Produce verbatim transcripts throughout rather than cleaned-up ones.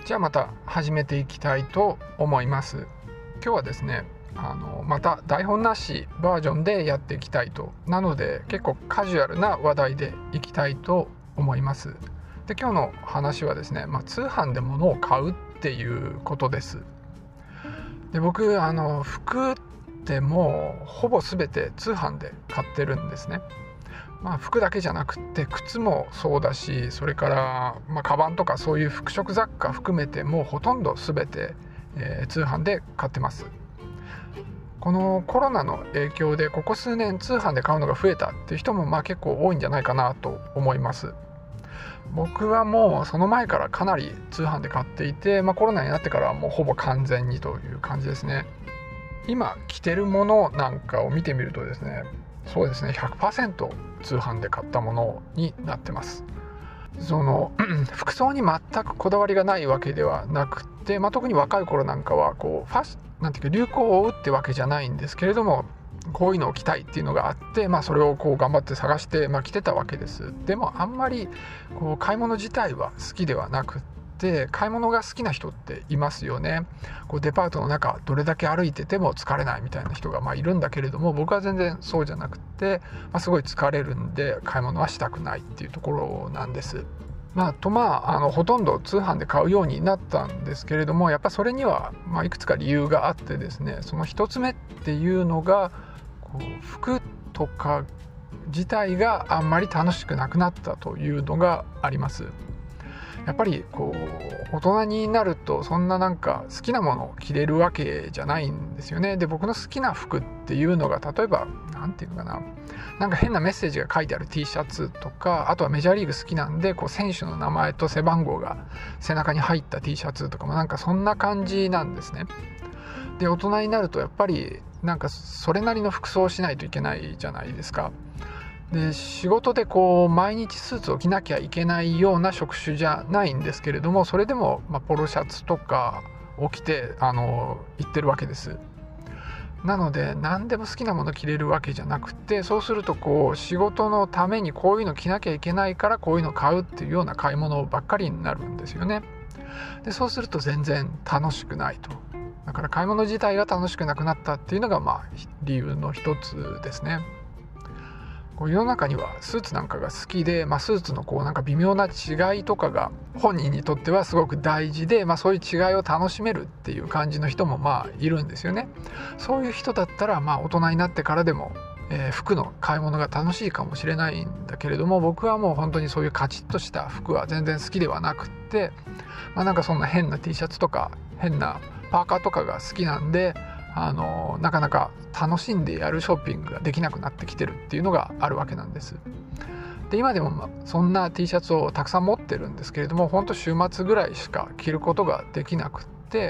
じゃあまた始めていきたいと思います。今日はですねあのまた台本なしバージョンでやっていきたいと。なので結構カジュアルな話題でいきたいと思います。で今日の話はですね、まあ、通販で物を買うっていうことです。で僕あの服ってもうほぼ全て通販で買ってるんですね。まあ、服だけじゃなくって靴もそうだし、それから、まあ、カバンとかそういう服飾雑貨含めてもうほとんど全て、えー、通販で買ってます。このコロナの影響でここ数年通販で買うのが増えたっていう人もまあ結構多いんじゃないかなと思います。僕はもうその前からかなり通販で買っていて、まあ、コロナになってからはもうほぼ完全にという感じですね。今着てるものなんかを見てみるとですね、そうですね ひゃくパーセント 通販で買ったものになってます。その服装に全くこだわりがないわけではなくて、まあ、特に若い頃なんかはこうファッシなんていうか流行を追うってわけじゃないんですけれども、こういうのを着たいっていうのがあって、まあ、それをこう頑張って探して、まあ、着てたわけです。でもあんまりこう買い物自体は好きではなくて、で買い物が好きな人っていますよね。こうデパートの中どれだけ歩いてても疲れないみたいな人がまあいるんだけれども、僕は全然そうじゃなくて、まあ、すごい疲れるんで買い物はしたくないっていうところなんです。まあとまあ、あのほとんど通販で買うようになったんですけれども、やっぱそれにはまあいくつか理由があってですね、その一つ目っていうのがこう服とか自体があんまり楽しくなくなったというのがあります。やっぱりこう大人になるとそんななんか好きなものを着れるわけじゃないんですよね。で僕の好きな服っていうのが例えばなんていうのかな、なんか変なメッセージが書いてある T シャツとか、あとはメジャーリーグ好きなんでこう選手の名前と背番号が背中に入った T シャツとかもなんかそんな感じなんですね。で大人になるとやっぱりなんかそれなりの服装をしないといけないじゃないですか。で仕事でこう毎日スーツを着なきゃいけないような職種じゃないんですけれども、それでもまあポロシャツとかを着てあの行ってるわけです。なので何でも好きなもの着れるわけじゃなくて、そうするとこう仕事のためにこういうの着なきゃいけないからこういうの買うっていうような買い物ばっかりになるんですよね。でそうすると全然楽しくないと。だから買い物自体が楽しくなくなったっていうのがまあ理由の一つですね。こう世の中にはスーツなんかが好きで、まあ、スーツのこうなんか微妙な違いとかが本人にとってはすごく大事で、まあ、そういう違いを楽しめるっていう感じの人もまあいるんですよね。そういう人だったらまあ大人になってからでも、えー、服の買い物が楽しいかもしれないんだけれども、僕はもう本当にそういうカチッとした服は全然好きではなくって、まあ、なんかそんな変な T シャツとか変なパーカーとかが好きなんで、あのなかなか楽しんでやるショッピングができなくなってきてるっていうのがあるわけなんです。で今でも、まあ、そんな T シャツをたくさん持ってるんですけれども、ほんと週末ぐらいしか着ることができなくって、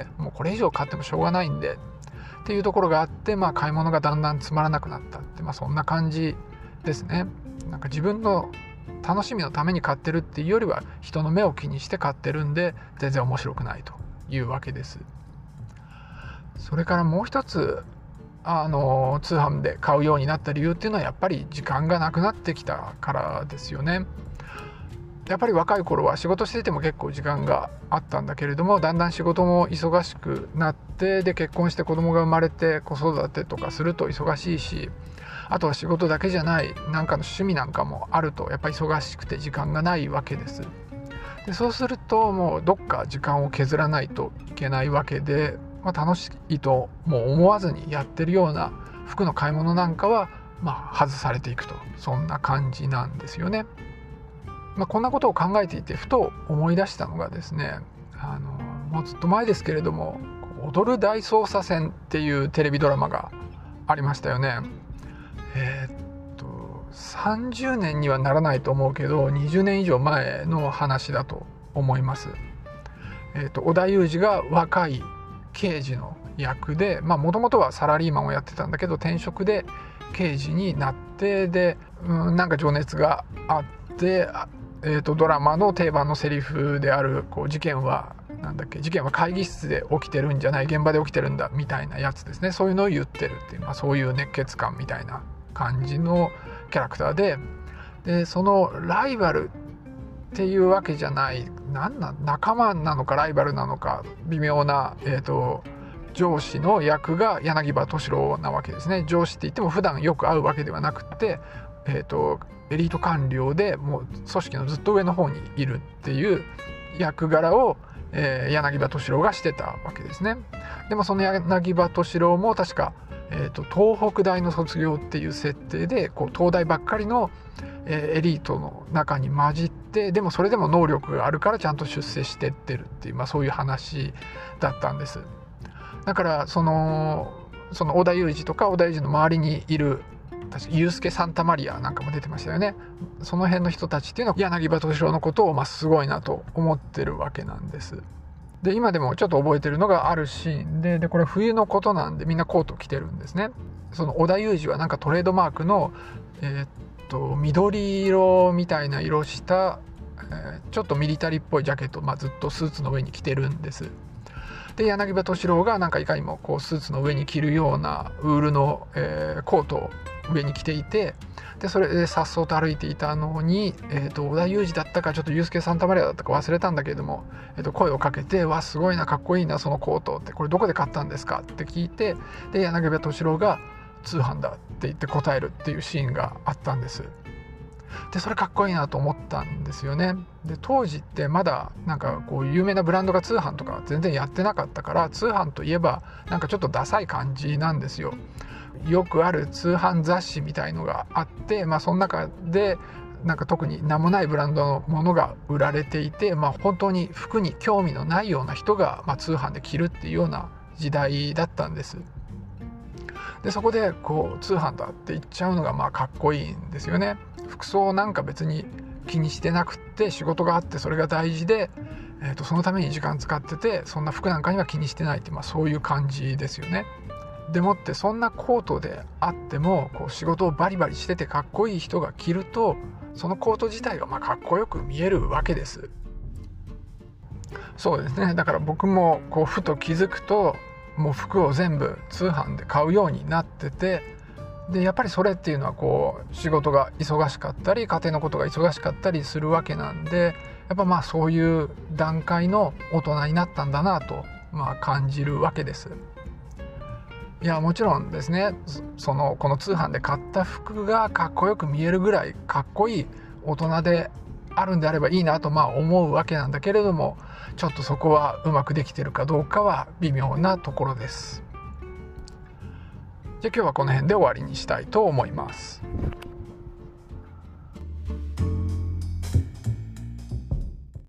もうこれ以上買ってもしょうがないんでっていうところがあって、まあ、買い物がだんだんつまらなくなったって、まあ、そんな感じですね。なんか自分の楽しみのために買ってるっていうよりは人の目を気にして買ってるんで全然面白くないというわけです。それからもう一つあの通販で買うようになった理由っていうのはやっぱり時間がなくなってきたからですよね。やっぱり若い頃は仕事してても結構時間があったんだけれども、だんだん仕事も忙しくなって、で結婚して子供が生まれて子育てとかすると忙しいし、あとは仕事だけじゃないなんかの趣味なんかもあるとやっぱり忙しくて時間がないわけです。でそうするともうどっか時間を削らないといけないわけで、まあ、楽しいともう思わずにやってるような服の買い物なんかはまあ外されていくと、そんな感じなんですよね。まあ、こんなことを考えていてふと思い出したのがですね、あのもうずっと前ですけれども踊る大捜査線っていうテレビドラマがありましたよね。えー、っとさんじゅうねんにはならないと思うけどにじゅうねん以上前の話だと思います。えー、っと織田裕二が若い刑事の役で、まあもともとはサラリーマンをやってたんだけど転職で刑事になって、で、うん、なんか情熱があって、えー、とドラマの定番のセリフであるこう事件はなんだっけ事件は会議室で起きてるんじゃない現場で起きてるんだみたいなやつですね。そういうのを言ってるっていう、まあ、そういう熱血感みたいな感じのキャラクターで、でそのライバルっていうわけじゃないんなんなん仲間なのかライバルなのか微妙な、えーと、上司の役が柳葉敏郎なわけですね。上司って言っても普段よく会うわけではなくて、えーと、エリート官僚でもう組織のずっと上の方にいるっていう役柄を、えー、柳葉敏郎がしてたわけですね。でもその柳葉敏郎も確か、えーと、東北大の卒業っていう設定でこう東大ばっかりの、えー、エリートの中に混じって、でもそれでも能力があるからちゃんと出世してってるっていう、まあ、そういう話だったんです。だからそのその織田裕二とか織田裕二の周りにいる確かユースケ・サンタマリアなんかも出てましたよね。その辺の人たちっていうのは柳葉敏郎のことをまあすごいなと思ってるわけなんです。で今でもちょっと覚えてるのがあるシーンで、でこれ冬のことなんでみんなコート着てるんですね。その織田裕二はなんかトレードマークの、えー、っと緑色みたいな色した、えー、ちょっとミリタリーっぽいジャケットを、まあ、ずっとスーツの上に着てるんです。で柳葉敏郎がなんかいかにもこうスーツの上に着るようなウールの、えー、コートを上に着ていて、でそれで颯爽と歩いていたのに、えー、と織田裕二だったかちょっとユースケ・サンタマリアだったか忘れたんだけれども、えー、と声をかけて「わすごいなかっこいいなそのコート」って「これどこで買ったんですか?」って聞いて、で柳葉敏郎が「通販だ」って言って答えるっていうシーンがあったんです。でそれかっこいいなと思ったんですよね。で当時ってまだなんかこう有名なブランドが通販とか全然やってなかったから、通販といえばなんかちょっとダサい感じなんですよ。よくある通販雑誌みたいのがあって、まあ、その中でなんか特に名もないブランドのものが売られていて、まあ、本当に服に興味のないような人が、まあ、通販で着るっていうような時代だったんです。でそこでこう通販だって言っちゃうのがまあかっこいいんですよね。服装なんか別に気にしてなくって仕事があってそれが大事で、えーとそのために時間使ってて、そんな服なんかには気にしてないって、まあ、そういう感じですよね。でもってそんなコートであってもこう仕事をバリバリしててかっこいい人が着ると、そのコート自体がまあかっこよく見えるわけです。そうですね。だから僕もこうふと気づくともう服を全部通販で買うようになってて、でやっぱりそれっていうのはこう仕事が忙しかったり家庭のことが忙しかったりするわけなんで、やっぱまあそういう段階の大人になったんだなと、まあ、感じるわけです。いやもちろんですね、そのこの通販で買った服がかっこよく見えるぐらいかっこいい大人であるんであればいいなとまあ思うわけなんだけれども、ちょっとそこはうまくできてるかどうかは微妙なところです。じゃあ今日はこの辺で終わりにしたいと思います。